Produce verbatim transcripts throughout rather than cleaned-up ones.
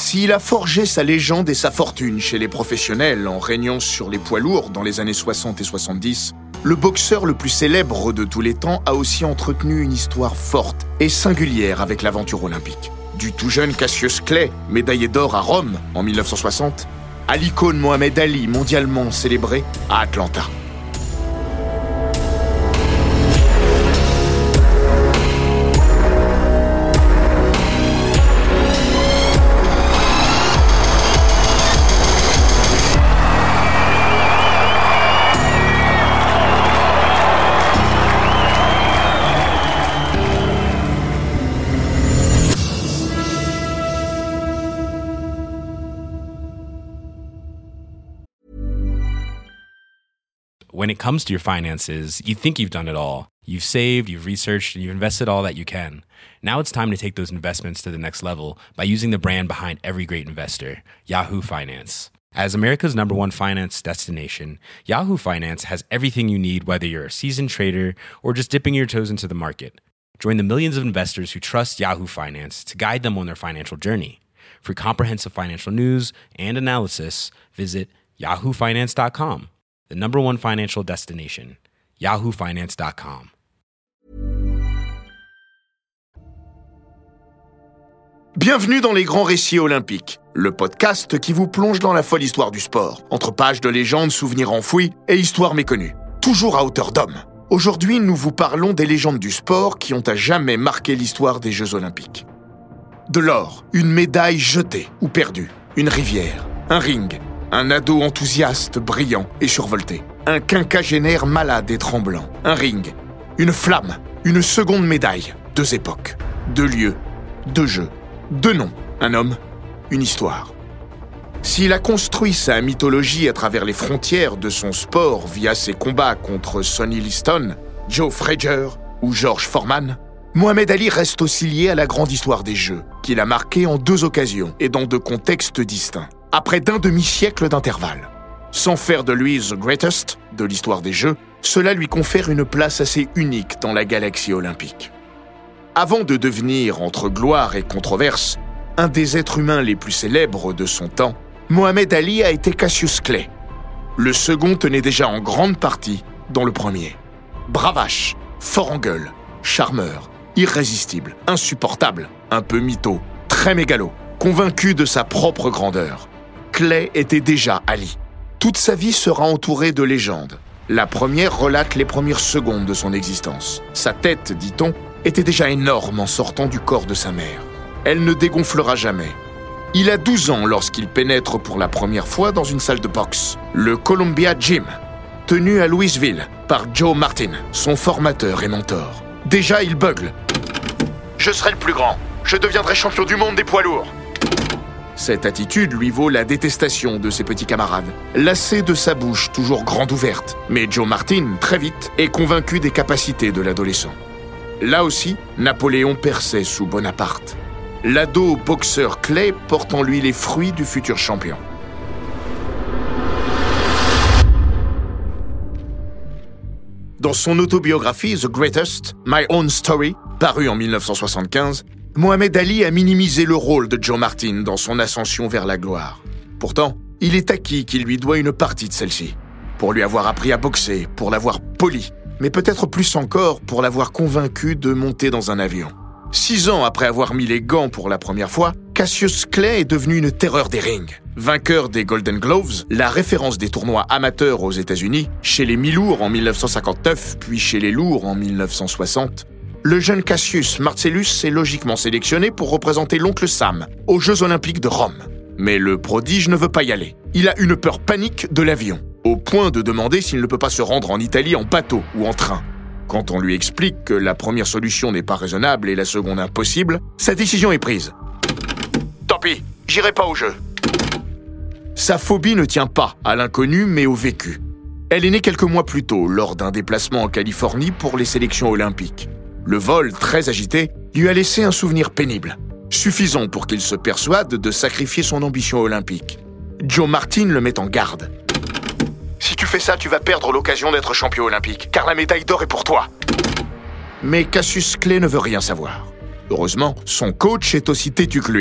S'il a forgé sa légende et sa fortune chez les professionnels en régnant sur les poids lourds dans les années soixante et soixante-dix, le boxeur le plus célèbre de tous les temps a aussi entretenu une histoire forte et singulière avec l'aventure olympique. Du tout jeune Cassius Clay, médaillé d'or à Rome en mille neuf cent soixante, à l'icône Mohamed Ali, mondialement célébré à Atlanta. When it comes to your finances, you think you've done it all. You've saved, you've researched, and you've invested all that you can. Now it's time to take those investments to the next level by using the brand behind every great investor, Yahoo Finance. As America's number one finance destination, Yahoo Finance has everything you need, whether you're a seasoned trader or just dipping your toes into the market. Join the millions of investors who trust Yahoo Finance to guide them on their financial journey. For comprehensive financial news and analysis, visit yahoo finance dot com. The number one financial destination, yahoo finance dot com. Bienvenue dans les grands récits olympiques, le podcast qui vous plonge dans la folle histoire du sport, entre pages de légendes, souvenirs enfouis et histoires méconnues, toujours à hauteur d'homme. Aujourd'hui, nous vous parlons des légendes du sport qui ont à jamais marqué l'histoire des Jeux olympiques. De l'or, une médaille jetée ou perdue, une rivière, un ring, un ado enthousiaste, brillant et survolté. Un quinquagénaire malade et tremblant. Un ring. Une flamme. Une seconde médaille. Deux époques. Deux lieux. Deux jeux. Deux noms. Un homme. Une histoire. S'il a construit sa mythologie à travers les frontières de son sport via ses combats contre Sonny Liston, Joe Frazier ou George Foreman, Mohamed Ali reste aussi lié à la grande histoire des Jeux, qu'il a marquée en deux occasions et dans deux contextes distincts, après d'un demi-siècle d'intervalle. Sans faire de lui the greatest de l'histoire des Jeux, cela lui confère une place assez unique dans la galaxie olympique. Avant de devenir, entre gloire et controverse, un des êtres humains les plus célèbres de son temps, Mohamed Ali a été Cassius Clay. Le second tenait déjà en grande partie dans le premier. Bravache, fort en gueule, charmeur, irrésistible, insupportable, un peu mytho, très mégalo, convaincu de sa propre grandeur. Clay était déjà Ali. Toute sa vie sera entourée de légendes. La première relate les premières secondes de son existence. Sa tête, dit-on, était déjà énorme en sortant du corps de sa mère. Elle ne dégonflera jamais. Il a douze ans lorsqu'il pénètre pour la première fois dans une salle de boxe, le Columbia Gym, tenu à Louisville par Joe Martin, son formateur et mentor. Déjà, il bugle. « Je serai le plus grand. Je deviendrai champion du monde des poids lourds. » Cette attitude lui vaut la détestation de ses petits camarades, lassés de sa bouche toujours grande ouverte. Mais Joe Martin, très vite, est convaincu des capacités de l'adolescent. Là aussi, Napoléon perçait sous Bonaparte. L'ado boxeur Clay porte en lui les fruits du futur champion. Dans son autobiographie The Greatest, My Own Story, parue en mille neuf cent soixante-quinze, Mohamed Ali a minimisé le rôle de Joe Martin dans son ascension vers la gloire. Pourtant, il est acquis qu'il lui doit une partie de celle-ci. Pour lui avoir appris à boxer, pour l'avoir poli, mais peut-être plus encore pour l'avoir convaincu de monter dans un avion. Six ans après avoir mis les gants pour la première fois, Cassius Clay est devenu une terreur des rings. Vainqueur des Golden Gloves, la référence des tournois amateurs aux États-Unis, chez les mi-lourds en mille neuf cent cinquante-neuf, puis chez les lourds en mille neuf cent soixante, le jeune Cassius Marcellus est logiquement sélectionné pour représenter l'oncle Sam aux Jeux Olympiques de Rome. Mais le prodige ne veut pas y aller. Il a une peur panique de l'avion, au point de demander s'il ne peut pas se rendre en Italie en bateau ou en train. Quand on lui explique que la première solution n'est pas raisonnable et la seconde impossible, sa décision est prise. Tant pis, j'irai pas au jeu. Sa phobie ne tient pas à l'inconnu mais au vécu. Elle est née quelques mois plus tôt, lors d'un déplacement en Californie pour les sélections olympiques. Le vol, très agité, lui a laissé un souvenir pénible, suffisant pour qu'il se persuade de sacrifier son ambition olympique. Joe Martin le met en garde. « Si tu fais ça, tu vas perdre l'occasion d'être champion olympique, car la médaille d'or est pour toi. » Mais Cassius Clay ne veut rien savoir. Heureusement, son coach est aussi têtu que lui.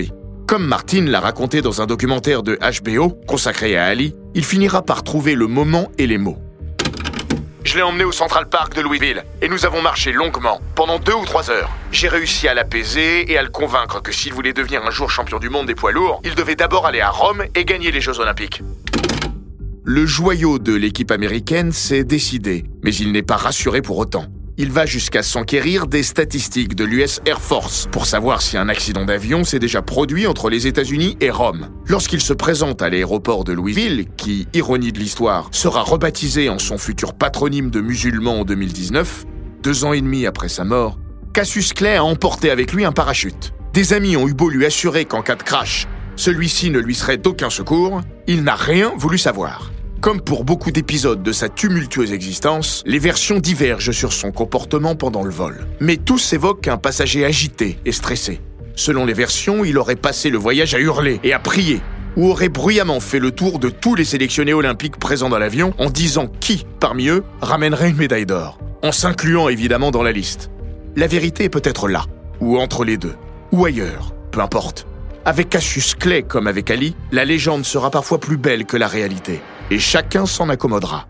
Comme Martin l'a raconté dans un documentaire de H B O consacré à Ali, il finira par trouver le moment et les mots. Je l'ai emmené au Central Park de Louisville et nous avons marché longuement, pendant deux ou trois heures. J'ai réussi à l'apaiser et à le convaincre que s'il voulait devenir un jour champion du monde des poids lourds, il devait d'abord aller à Rome et gagner les Jeux Olympiques. Le joyau de l'équipe américaine s'est décidé, mais il n'est pas rassuré pour autant. Il va jusqu'à s'enquérir des statistiques de l'U S Air Force pour savoir si un accident d'avion s'est déjà produit entre les États-Unis et Rome. Lorsqu'il se présente à l'aéroport de Louisville, qui, ironie de l'histoire, sera rebaptisé en son futur patronyme de musulman en deux mille dix-neuf, deux ans et demi après sa mort, Cassius Clay a emporté avec lui un parachute. Des amis ont eu beau lui assurer qu'en cas de crash, celui-ci ne lui serait d'aucun secours, il n'a rien voulu savoir. Comme pour beaucoup d'épisodes de sa tumultueuse existence, les versions divergent sur son comportement pendant le vol. Mais tous évoquent un passager agité et stressé. Selon les versions, il aurait passé le voyage à hurler et à prier, ou aurait bruyamment fait le tour de tous les sélectionnés olympiques présents dans l'avion en disant qui, parmi eux, ramènerait une médaille d'or, en s'incluant évidemment dans la liste. La vérité est peut-être là, ou entre les deux, ou ailleurs, peu importe. Avec Cassius Clay comme avec Ali, la légende sera parfois plus belle que la réalité. Et chacun s'en accommodera.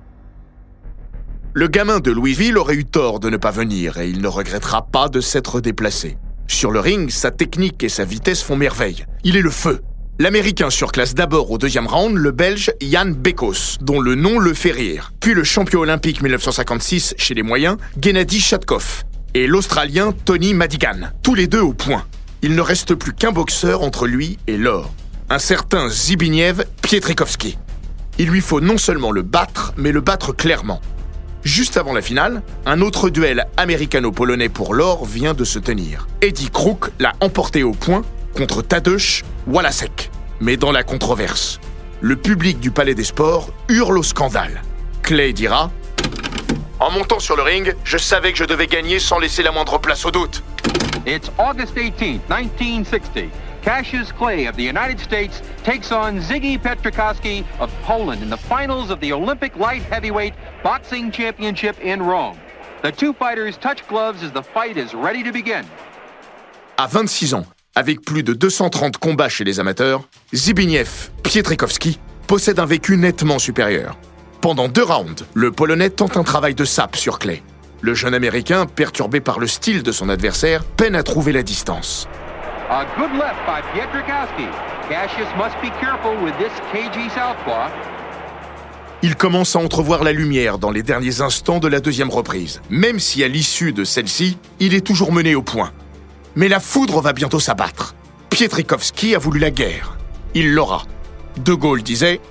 Le gamin de Louisville aurait eu tort de ne pas venir et il ne regrettera pas de s'être déplacé. Sur le ring, sa technique et sa vitesse font merveille. Il est le feu. L'Américain surclasse d'abord au deuxième round le Belge Jan Bekos, dont le nom le fait rire. Puis le champion olympique mille neuf cent cinquante-six chez les moyens, Gennady Shatkov. Et l'Australien Tony Madigan, tous les deux au point. Il ne reste plus qu'un boxeur entre lui et l'or. Un certain Zbigniew Pietrykowski. Il lui faut non seulement le battre, mais le battre clairement. Juste avant la finale, un autre duel américano-polonais pour l'or vient de se tenir. Eddie Kruk l'a emporté au point contre Tadeusz Walasek. Mais dans la controverse, le public du Palais des Sports hurle au scandale. Clay dira « En montant sur le ring, je savais que je devais gagner sans laisser la moindre place au doute. » It's August eighteenth, nineteen sixty. Cassius Clay of the United States takes on Ziggy Pietrykowski of Poland in the finals of the Olympic Light Heavyweight Boxing Championship in Rome. The two fighters touch gloves as the fight is ready to begin. À vingt-six ans, avec plus de deux cent trente combats chez les amateurs, Zbigniew Pietrykowski possède un vécu nettement supérieur. Pendant deux rounds, le Polonais tente un travail de sape sur Clay. Le jeune Américain, perturbé par le style de son adversaire, peine à trouver la distance. A good left by Pietrykowski. Cassius must be careful with this cagey southpaw. Il commence à entrevoir la lumière dans les derniers instants de la deuxième reprise, même si à l'issue de celle-ci, il est toujours mené au point. Mais la foudre va bientôt s'abattre. Pietrykowski a voulu la guerre. Il l'aura. De Gaulle disait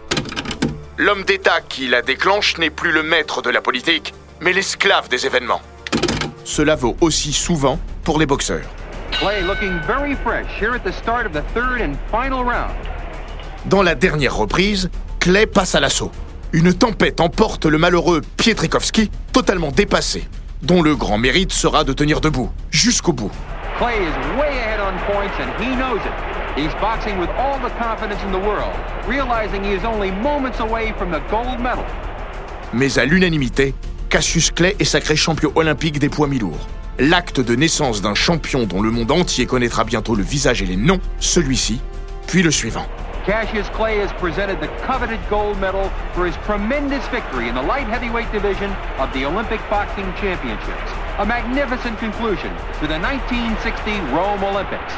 « L'homme d'État qui la déclenche n'est plus le maître de la politique, mais l'esclave des événements. » Cela vaut aussi souvent pour les boxeurs. Clay looking very fresh here at the start of the third and final round. Dans la dernière reprise, Clay passe à l'assaut. Une tempête emporte le malheureux Pietrykowski, totalement dépassé, dont le grand mérite sera de tenir debout, jusqu'au bout. Clay is way ahead on points and he knows it. He's boxing with all the confidence in the world, realizing he is only moments away from the gold medal. Mais à l'unanimité, Cassius Clay est sacré champion olympique des poids mi-lourds. L'acte de naissance d'un champion dont le monde entier connaîtra bientôt le visage et les noms, celui-ci, puis le suivant. Cassius Clay has presented the coveted gold medal for his tremendous victory in the light heavyweight division of the Olympic Boxing Championships. A magnificent conclusion to the nineteen sixty Rome Olympics.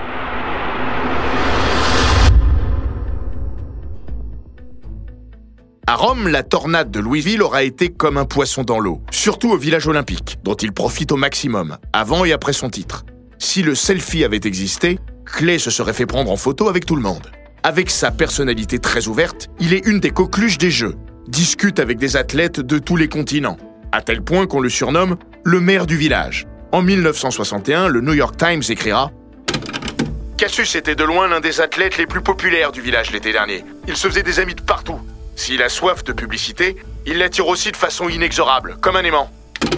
À Rome, la tornade de Louisville aura été comme un poisson dans l'eau, surtout au village olympique, dont il profite au maximum, avant et après son titre. Si le selfie avait existé, Clay se serait fait prendre en photo avec tout le monde. Avec sa personnalité très ouverte, il est une des coqueluches des Jeux, discute avec des athlètes de tous les continents, à tel point qu'on le surnomme le maire du village. En mille neuf cent soixante et un, le New York Times écrira « Cassius était de loin l'un des athlètes les plus populaires du village l'été dernier. Il se faisait des amis de partout. S'il a soif de publicité, il l'attire aussi de façon inexorable, comme un aimant. »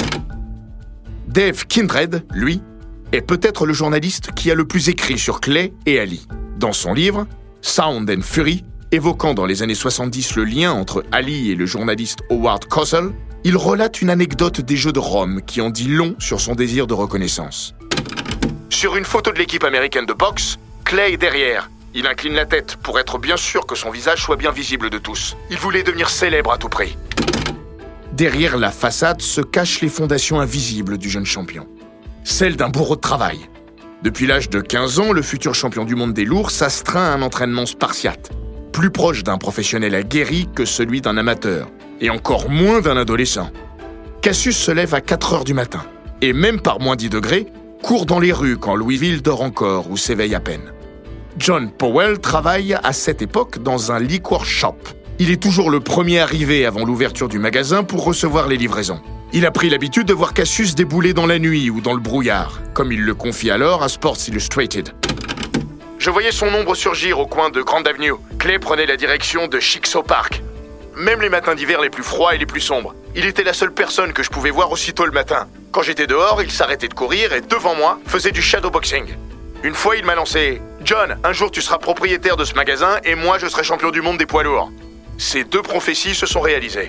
Dave Kindred, lui, est peut-être le journaliste qui a le plus écrit sur Clay et Ali. Dans son livre, Sound and Fury, évoquant dans les années soixante-dix le lien entre Ali et le journaliste Howard Cosell, il relate une anecdote des Jeux de Rome qui en dit long sur son désir de reconnaissance. Sur une photo de l'équipe américaine de boxe, Clay est derrière. Il incline la tête pour être bien sûr que son visage soit bien visible de tous. Il voulait devenir célèbre à tout prix. Derrière la façade se cachent les fondations invisibles du jeune champion. Celles d'un bourreau de travail. Depuis l'âge de quinze ans, le futur champion du monde des lourds s'astreint à un entraînement spartiate, plus proche d'un professionnel aguerri que celui d'un amateur, et encore moins d'un adolescent. Cassius se lève à quatre heures du matin, et même par moins dix degrés, court dans les rues quand Louisville dort encore ou s'éveille à peine. John Powell travaille à cette époque dans un liquor shop. Il est toujours le premier arrivé avant l'ouverture du magasin pour recevoir les livraisons. Il a pris l'habitude de voir Cassius débouler dans la nuit ou dans le brouillard, comme il le confie alors à Sports Illustrated. Je voyais son ombre surgir au coin de Grand Avenue. Clay prenait la direction de Chickasaw Park. Même les matins d'hiver les plus froids et les plus sombres, il était la seule personne que je pouvais voir aussitôt le matin. Quand j'étais dehors, il s'arrêtait de courir et devant moi, faisait du shadowboxing. Une fois, il m'a lancé « John, un jour tu seras propriétaire de ce magasin et moi je serai champion du monde des poids lourds. » Ces deux prophéties se sont réalisées.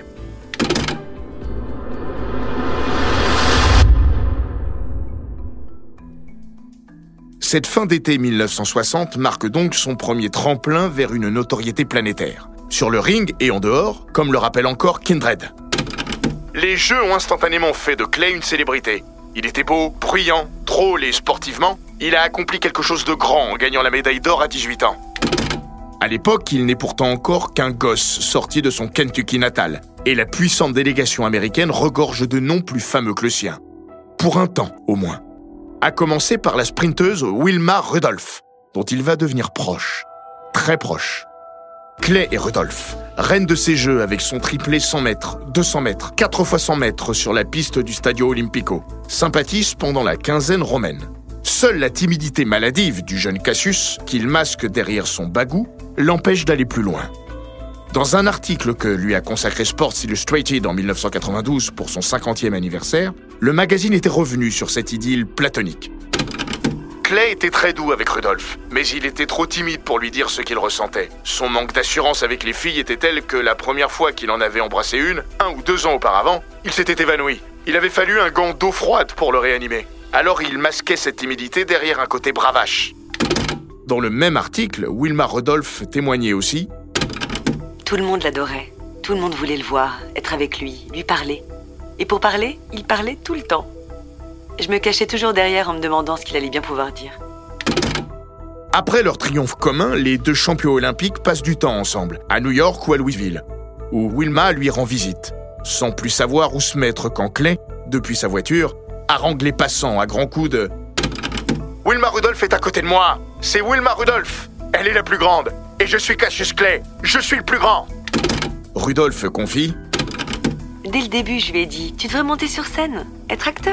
Cette fin d'été mille neuf cent soixante marque donc son premier tremplin vers une notoriété planétaire. Sur le ring et en dehors, comme le rappelle encore Kindred. Les Jeux ont instantanément fait de Clay une célébrité. Il était beau, bruyant, drôle et sportivement, il a accompli quelque chose de grand en gagnant la médaille d'or à dix-huit ans. À l'époque, il n'est pourtant encore qu'un gosse sorti de son Kentucky natal, et la puissante délégation américaine regorge de noms plus fameux que le sien. Pour un temps, au moins. À commencer par la sprinteuse Wilma Rudolph, dont il va devenir proche. Très proche. Clay et Rudolph, reine de ces Jeux avec son triplé cent mètres, deux cents mètres, quatre fois cent mètres sur la piste du Stadio Olimpico, sympathisent pendant la quinzaine romaine. Seule la timidité maladive du jeune Cassius, qu'il masque derrière son bagou, l'empêche d'aller plus loin. Dans un article que lui a consacré Sports Illustrated en mille neuf cent quatre-vingt-douze pour son cinquantième anniversaire, le magazine était revenu sur cette idylle platonique. Clay était très doux avec Rudolph, mais il était trop timide pour lui dire ce qu'il ressentait. Son manque d'assurance avec les filles était tel que la première fois qu'il en avait embrassé une, un ou deux ans auparavant, il s'était évanoui. Il avait fallu un gant d'eau froide pour le réanimer. Alors il masquait cette timidité derrière un côté bravache. Dans le même article, Wilma Rudolph témoignait aussi « Tout le monde l'adorait. Tout le monde voulait le voir, être avec lui, lui parler. Et pour parler, il parlait tout le temps. Je me cachais toujours derrière en me demandant ce qu'il allait bien pouvoir dire. » Après leur triomphe commun, les deux champions olympiques passent du temps ensemble, à New York ou à Louisville, où Wilma lui rend visite, sans plus savoir où se mettre quand Clay, depuis sa voiture, harangue les passants à grands coups de « Wilma Rudolph est à côté de moi. C'est Wilma Rudolph. Elle est la plus grande. Et je suis Cassius Clay. Je suis le plus grand. » Rudolph confie « Dès le début, je lui ai dit, tu devrais monter sur scène, être acteur. »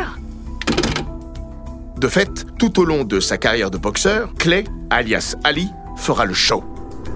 De fait, tout au long de sa carrière de boxeur, Clay, alias Ali, fera le show.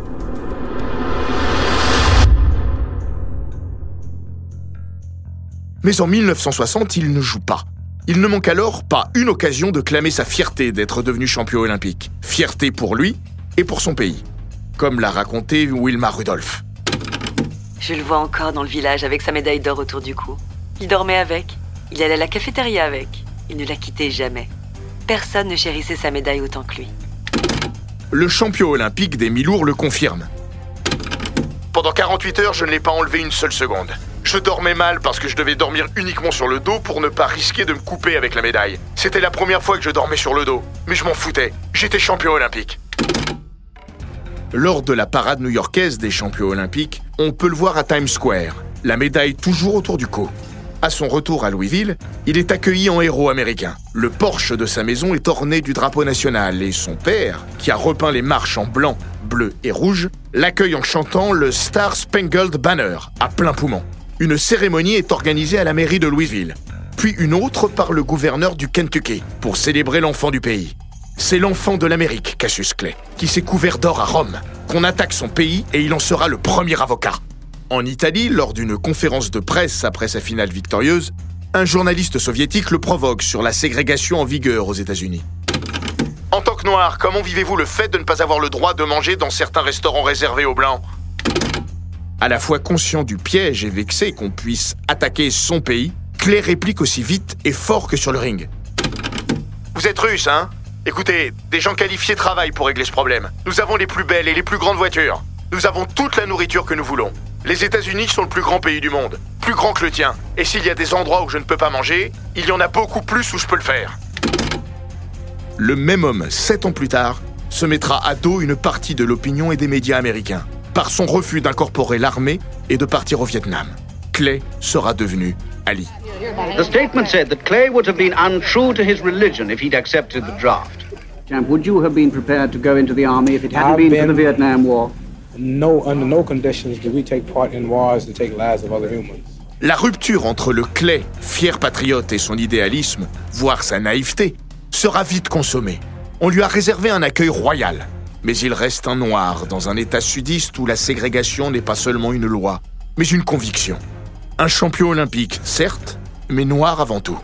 Mais en mille neuf cent soixante, il ne joue pas. Il ne manque alors pas une occasion de clamer sa fierté d'être devenu champion olympique. Fierté pour lui et pour son pays. Comme l'a raconté Wilma Rudolph. Je le vois encore dans le village avec sa médaille d'or autour du cou. Il dormait avec, il allait à la cafétéria avec. Il ne la quittait jamais. Personne ne chérissait sa médaille autant que lui. Le champion olympique des mi-lourds le confirme. Pendant quarante-huit heures, je ne l'ai pas enlevé une seule seconde. Je dormais mal parce que je devais dormir uniquement sur le dos pour ne pas risquer de me couper avec la médaille. C'était la première fois que je dormais sur le dos, mais je m'en foutais. J'étais champion olympique. Lors de la parade new-yorkaise des champions olympiques, on peut le voir à Times Square, la médaille toujours autour du cou. À son retour à Louisville, il est accueilli en héros américain. Le porche de sa maison est orné du drapeau national et son père, qui a repeint les marches en blanc, bleu et rouge, l'accueille en chantant le Star Spangled Banner à plein poumon. Une cérémonie est organisée à la mairie de Louisville, puis une autre par le gouverneur du Kentucky pour célébrer l'enfant du pays. C'est l'enfant de l'Amérique, Cassius Clay, qui s'est couvert d'or à Rome, qu'on attaque son pays et il en sera le premier avocat. En Italie, lors d'une conférence de presse après sa finale victorieuse, un journaliste soviétique le provoque sur la ségrégation en vigueur aux États-Unis. En tant que noir, comment vivez-vous le fait de ne pas avoir le droit de manger dans certains restaurants réservés aux Blancs ? À la fois conscient du piège et vexé qu'on puisse attaquer son pays, Clay réplique aussi vite et fort que sur le ring. Vous êtes russe, hein ? Écoutez, des gens qualifiés travaillent pour régler ce problème. Nous avons les plus belles et les plus grandes voitures. Nous avons toute la nourriture que nous voulons. Les États-Unis sont le plus grand pays du monde, plus grand que le tien. Et s'il y a des endroits où je ne peux pas manger, il y en a beaucoup plus où je peux le faire. Le même homme, sept ans plus tard, se mettra à dos une partie de l'opinion et des médias américains, par son refus d'incorporer l'armée et de partir au Vietnam. Clay sera devenu Ali. The statement said that Clay would have been untrue to his religion if he'd accepted the draft. Champ, would you have been prepared to go into the army if it hadn't I've been, been for the Vietnam War? No, under no conditions do we take part in wars to take lives of other humans. La rupture entre le Clay, fier patriote, et son idéalisme, voire sa naïveté, sera vite consommée. On lui a réservé un accueil royal. Mais il reste un noir dans un État sudiste où la ségrégation n'est pas seulement une loi, mais une conviction. Un champion olympique, certes, mais noir avant tout.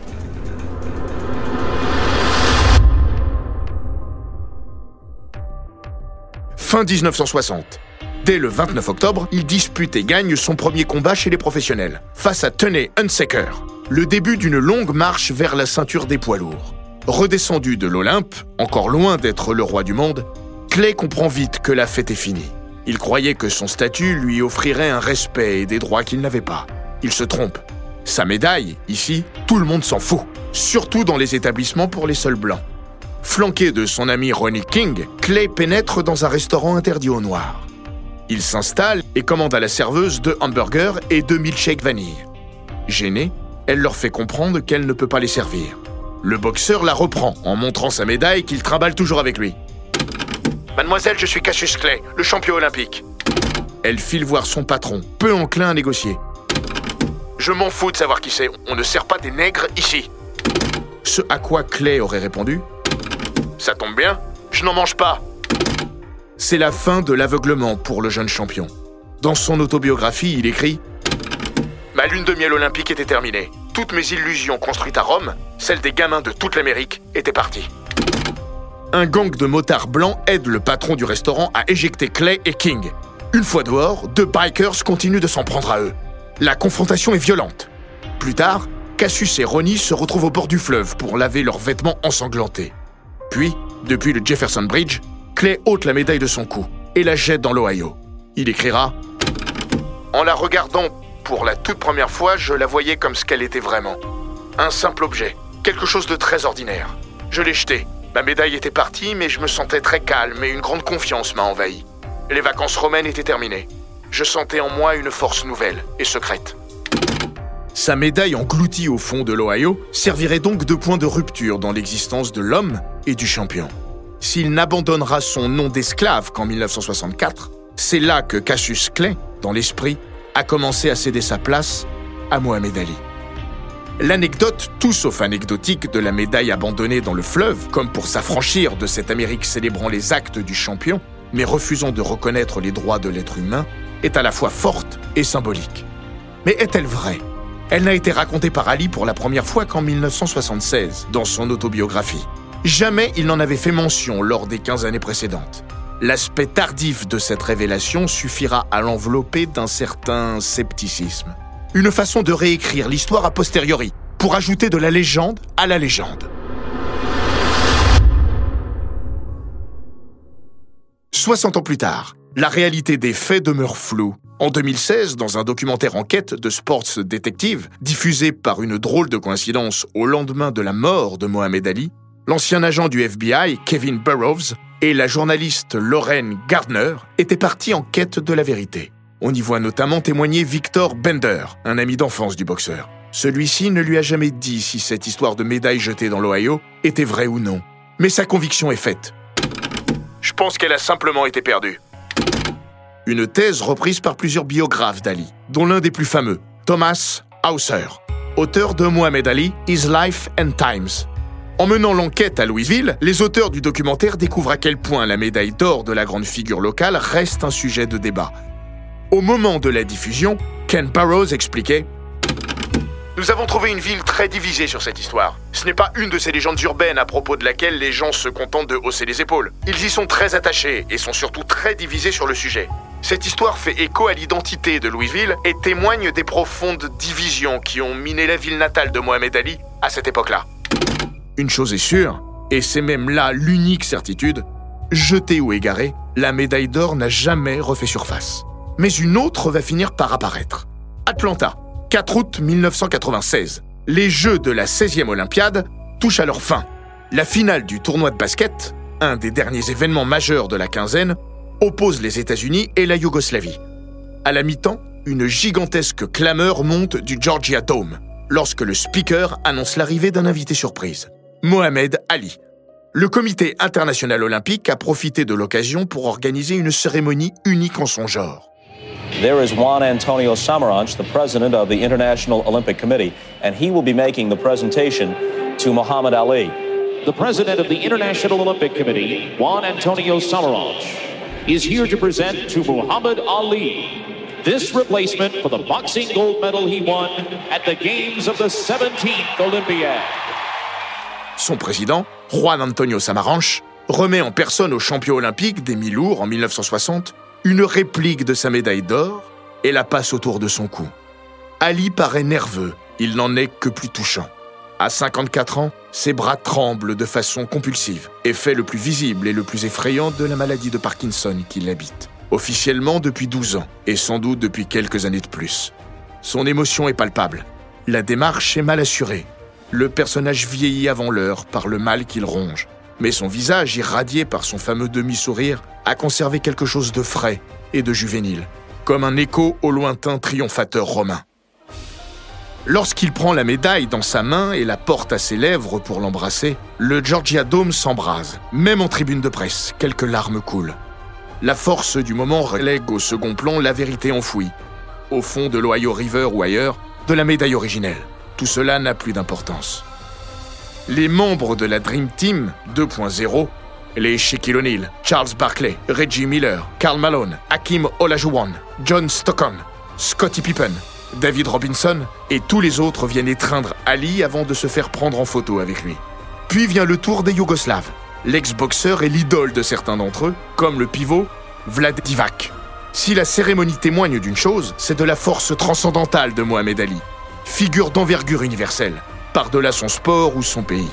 Fin dix-neuf cent soixante. Dès le vingt-neuf octobre, il dispute et gagne son premier combat chez les professionnels, face à Tony Hunsaker. Le début d'une longue marche vers la ceinture des poids lourds. Redescendu de l'Olympe, encore loin d'être le roi du monde, Clay comprend vite que la fête est finie. Il croyait que son statut lui offrirait un respect et des droits qu'il n'avait pas. Il se trompe. Sa médaille, ici, tout le monde s'en fout, surtout dans les établissements pour les seuls blancs. Flanqué de son ami Ronnie King, Clay pénètre dans un restaurant interdit aux Noirs. Il s'installe et commande à la serveuse deux hamburgers et deux milkshakes vanille. Gênée, elle leur fait comprendre qu'elle ne peut pas les servir. Le boxeur la reprend en montrant sa médaille qu'il trimballe toujours avec lui. « Mademoiselle, je suis Cassius Clay, le champion olympique. » Elle file voir son patron, peu enclin à négocier. « Je m'en fous de savoir qui c'est, on ne sert pas des nègres ici. » Ce à quoi Clay aurait répondu « Ça tombe bien, je n'en mange pas. » C'est la fin de l'aveuglement pour le jeune champion. Dans son autobiographie, il écrit « Ma lune de miel olympique était terminée. Toutes mes illusions construites à Rome, celles des gamins de toute l'Amérique, étaient parties. » Un gang de motards blancs aide le patron du restaurant à éjecter Clay et King. Une fois dehors, deux bikers continuent de s'en prendre à eux. La confrontation est violente. Plus tard, Cassius et Ronnie se retrouvent au bord du fleuve pour laver leurs vêtements ensanglantés. Puis, depuis le Jefferson Bridge, Clay ôte la médaille de son cou et la jette dans l'Ohio. Il écrira « En la regardant pour la toute première fois, je la voyais comme ce qu'elle était vraiment. Un simple objet, quelque chose de très ordinaire. Je l'ai jetée. Ma médaille était partie, mais je me sentais très calme et une grande confiance m'a envahi. Les vacances romaines étaient terminées. Je sentais en moi une force nouvelle et secrète. » Sa médaille engloutie au fond de l'Ohio servirait donc de point de rupture dans l'existence de l'homme et du champion. S'il n'abandonnera son nom d'esclave qu'en dix-neuf cent soixante-quatre, c'est là que Cassius Clay, dans l'esprit, a commencé à céder sa place à Mohamed Ali. L'anecdote, tout sauf anecdotique, de la médaille abandonnée dans le fleuve, comme pour s'affranchir de cette Amérique célébrant les actes du champion, mais refusant de reconnaître les droits de l'être humain, est à la fois forte et symbolique. Mais est-elle vraie ? Elle n'a été racontée par Ali pour la première fois qu'en dix-neuf cent soixante-seize, dans son autobiographie. Jamais il n'en avait fait mention lors des quinze années précédentes. L'aspect tardif de cette révélation suffira à l'envelopper d'un certain scepticisme. Une façon de réécrire l'histoire a posteriori, pour ajouter de la légende à la légende. soixante ans plus tard, la réalité des faits demeure floue. En deux mille seize, dans un documentaire enquête de Sports Detective, diffusé par une drôle de coïncidence au lendemain de la mort de Mohamed Ali, l'ancien agent du F B I, Kevin Burrows, et la journaliste Lauren Gardner étaient partis en quête de la vérité. On y voit notamment témoigner Victor Bender, un ami d'enfance du boxeur. Celui-ci ne lui a jamais dit si cette histoire de médaille jetée dans l'Ohio était vraie ou non. Mais sa conviction est faite. Je pense qu'elle a simplement été perdue. Une thèse reprise par plusieurs biographes d'Ali, dont l'un des plus fameux, Thomas Hauser, auteur de Mohamed Ali, His Life and Times. En menant l'enquête à Louisville, les auteurs du documentaire découvrent à quel point la médaille d'or de la grande figure locale reste un sujet de débat. Au moment de la diffusion, Ken Burrows expliquait « Nous avons trouvé une ville très divisée sur cette histoire. Ce n'est pas une de ces légendes urbaines à propos de laquelle les gens se contentent de hausser les épaules. Ils y sont très attachés et sont surtout très divisés sur le sujet. Cette histoire fait écho à l'identité de Louisville et témoigne des profondes divisions qui ont miné la ville natale de Mohamed Ali à cette époque-là. Une chose est sûre, Et c'est même là l'unique certitude, jetée ou égarée, la médaille d'or n'a jamais refait surface. Mais une autre va finir par apparaître. Atlanta, quatre août mille neuf cent quatre-vingt-seize. Les Jeux de la seizième Olympiade touchent à leur fin. La finale du tournoi de basket, un des derniers événements majeurs de la quinzaine, oppose les États-Unis et la Yougoslavie. À la mi-temps, une gigantesque clameur monte du Georgia Dome lorsque le speaker annonce l'arrivée d'un invité surprise, Mohamed Ali. Le Comité international olympique a profité de l'occasion pour organiser une cérémonie unique en son genre. There is Juan Antonio Samaranch, the president of the International Olympic Committee, and he will be making the presentation to Muhammad Ali. The president of the International Olympic Committee, Juan Antonio Samaranch, is here to present to Muhammad Ali this replacement for the boxing gold medal he won at the Games of the seventeenth Olympiad. Son président, Juan Antonio Samaranch, remet en personne au champion olympique des mi-lourds en mille neuf cent soixante une réplique de sa médaille d'or et la passe autour de son cou. Ali paraît nerveux, il n'en est que plus touchant. À cinquante-quatre ans, ses bras tremblent de façon compulsive, effet le plus visible et le plus effrayant de la maladie de Parkinson qui l'habite. Officiellement depuis douze ans, et sans doute depuis quelques années de plus. Son émotion est palpable. La démarche est mal assurée. Le personnage vieillit avant l'heure par le mal qu'il ronge. Mais son visage, irradié par son fameux demi-sourire, a conservé quelque chose de frais et de juvénile, comme un écho au lointain triomphateur romain. Lorsqu'il prend la médaille dans sa main et la porte à ses lèvres pour l'embrasser, le Georgia Dome s'embrase. Même en tribune de presse, quelques larmes coulent. La force du moment relègue au second plan la vérité enfouie, au fond de l'Ohio River ou ailleurs, de la médaille originelle. Tout cela n'a plus d'importance. Les membres de la Dream Team deux point zéro, les Shaquille O'Neal, Charles Barkley, Reggie Miller, Karl Malone, Hakeem Olajuwon, John Stockton, Scottie Pippen, David Robinson et tous les autres viennent étreindre Ali avant de se faire prendre en photo avec lui. Puis vient le tour des Yougoslaves. L'ex-boxeur est l'idole de certains d'entre eux, comme le pivot Vlad Divac. Si la cérémonie témoigne d'une chose, c'est de la force transcendantale de Mohamed Ali, figure d'envergure universelle, par-delà son sport ou son pays.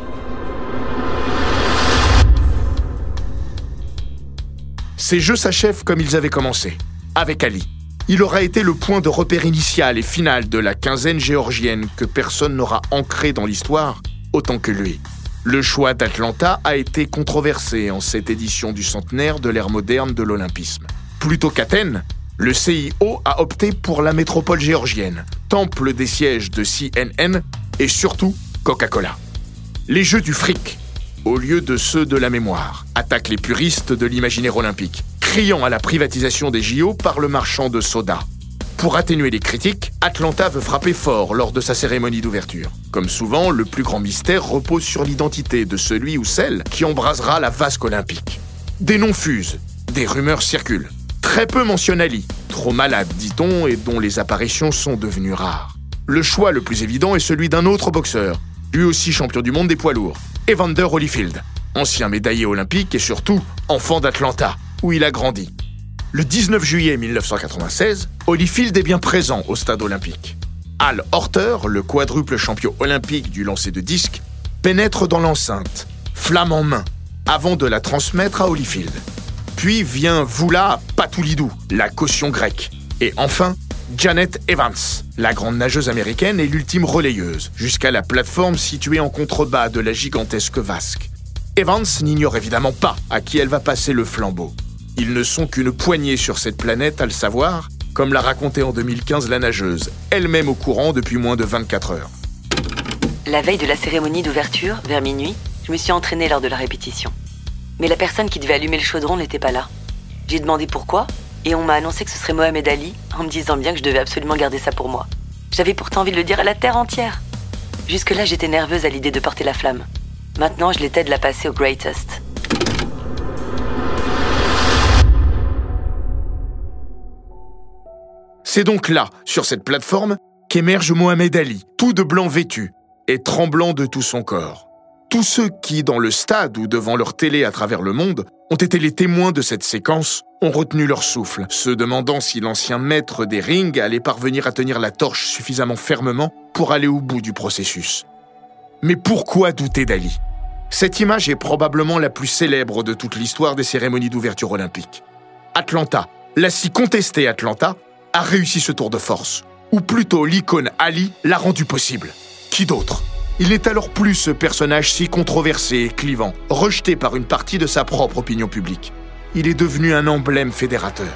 Ces Jeux s'achèvent comme ils avaient commencé, avec Ali. Il aura été le point de repère initial et final de la quinzaine géorgienne que personne n'aura ancré dans l'histoire autant que lui. Le choix d'Atlanta a été controversé en cette édition du centenaire de l'ère moderne de l'olympisme. Plutôt qu'Athènes, le C I O a opté pour la métropole géorgienne, temple des sièges de C N N et surtout Coca-Cola. Les Jeux du fric, au lieu de ceux de la mémoire, attaquent les puristes de l'imaginaire olympique, criant à la privatisation des J O par le marchand de soda. Pour atténuer les critiques, Atlanta veut frapper fort lors de sa cérémonie d'ouverture. Comme souvent, le plus grand mystère repose sur l'identité de celui ou celle qui embrasera la vasque olympique. Des noms fusent, des rumeurs circulent. Très peu mentionnent Ali, trop malade dit-on et dont les apparitions sont devenues rares. Le choix le plus évident est celui d'un autre boxeur, lui aussi champion du monde des poids lourds, Evander Holyfield, ancien médaillé olympique et surtout enfant d'Atlanta, où il a grandi. Le dix-neuf juillet mille neuf cent quatre-vingt-seize, Holyfield est bien présent au stade olympique. Al Horter, le quadruple champion olympique du lancer de disque, pénètre dans l'enceinte, flamme en main, avant de la transmettre à Holyfield. Puis vient Voula Patoulidou, la caution grecque. Et enfin, Janet Evans, la grande nageuse américaine et l'ultime relayeuse, jusqu'à la plateforme située en contrebas de la gigantesque vasque. Evans n'ignore évidemment pas à qui elle va passer le flambeau. Ils ne sont qu'une poignée sur cette planète à le savoir, comme l'a raconté en deux mille quinze la nageuse, elle-même au courant depuis moins de vingt-quatre heures. La veille de la cérémonie d'ouverture, vers minuit, je me suis entraînée lors de la répétition. Mais la personne qui devait allumer le chaudron n'était pas là. J'ai demandé pourquoi, et on m'a annoncé que ce serait Mohamed Ali, en me disant bien que je devais absolument garder ça pour moi. J'avais pourtant envie de le dire à la terre entière. Jusque-là, j'étais nerveuse à l'idée de porter la flamme. Maintenant, je l'étais de la passer au greatest. C'est donc là, sur cette plateforme, qu'émerge Mohamed Ali, tout de blanc vêtu et tremblant de tout son corps. Tous ceux qui, dans le stade ou devant leur télé à travers le monde, ont été les témoins de cette séquence, ont retenu leur souffle, se demandant si l'ancien maître des rings allait parvenir à tenir la torche suffisamment fermement pour aller au bout du processus. Mais pourquoi douter d'Ali ? Cette image est probablement la plus célèbre de toute l'histoire des cérémonies d'ouverture olympique. Atlanta, la si contestée Atlanta, a réussi ce tour de force. Ou plutôt l'icône Ali l'a rendu possible. Qui d'autre ? Il n'est alors plus ce personnage si controversé et clivant, rejeté par une partie de sa propre opinion publique. Il est devenu un emblème fédérateur.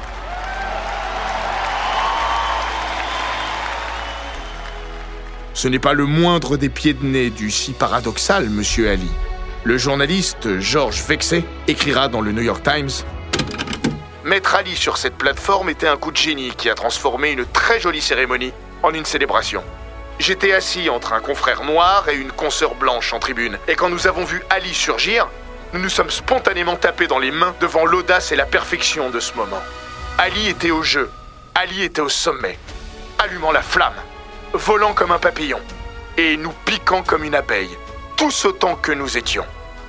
Ce n'est pas le moindre des pieds de nez du si paradoxal Monsieur Ali. Le journaliste Georges Vexé écrira dans le New York Times « Mettre Ali sur cette plateforme était un coup de génie qui a transformé une très jolie cérémonie en une célébration. J'étais assis entre un confrère noir et une consoeur blanche en tribune, et quand nous avons vu Ali surgir, nous nous sommes spontanément tapés dans les mains devant l'audace et la perfection de ce moment. Ali était au jeu, Ali était au sommet, allumant la flamme, volant comme un papillon, et nous piquant comme une abeille, tous autant que nous étions. »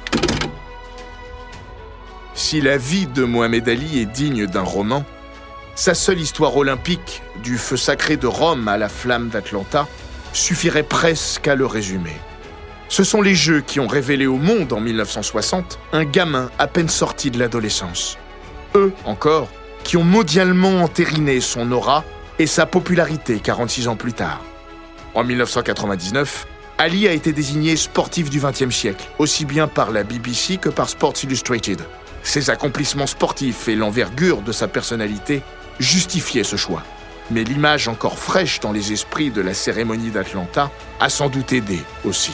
Si la vie de Mohamed Ali est digne d'un roman, sa seule histoire olympique, du feu sacré de Rome à la flamme d'Atlanta, suffirait presque à le résumer. Ce sont les Jeux qui ont révélé au monde en mille neuf cent soixante un gamin à peine sorti de l'adolescence. Eux, encore, qui ont mondialement entériné son aura et sa popularité quarante-six ans plus tard. En mille neuf cent quatre-vingt-dix-neuf, Ali a été désigné sportif du vingtième siècle, aussi bien par la B B C que par Sports Illustrated. Ses accomplissements sportifs et l'envergure de sa personnalité justifiaient ce choix. Mais l'image encore fraîche dans les esprits de la cérémonie d'Atlanta a sans doute aidé aussi.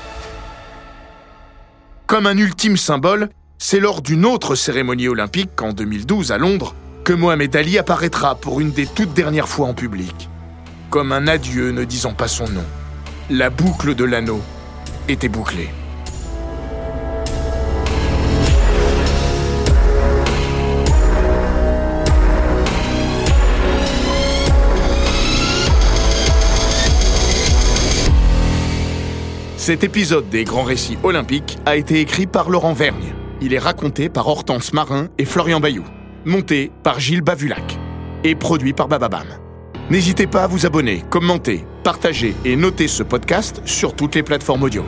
Comme un ultime symbole, c'est lors d'une autre cérémonie olympique, en deux mille douze à Londres, que Mohamed Ali apparaîtra pour une des toutes dernières fois en public. Comme un adieu ne disant pas son nom. La boucle de l'anneau était bouclée. Cet épisode des Grands Récits Olympiques a été écrit par Laurent Vergne. Il est raconté par Hortense Marin et Florian Bayou. Monté par Gilles Bavulac. Et produit par Bababam. N'hésitez pas à vous abonner, commenter, partager et noter ce podcast sur toutes les plateformes audio.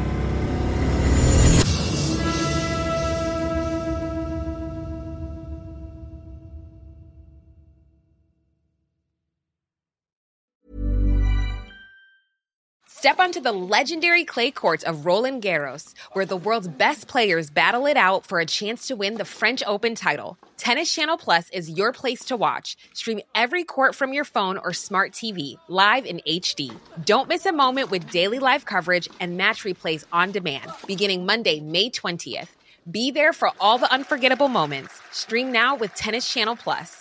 Step onto the legendary clay courts of Roland Garros, where the world's best players battle it out for a chance to win the French Open title. Tennis Channel Plus is your place to watch. Stream every court from your phone or smart T V, live in H D. Don't miss a moment with daily live coverage and match replays on demand, beginning Monday, May twentieth. Be there for all the unforgettable moments. Stream now with Tennis Channel Plus.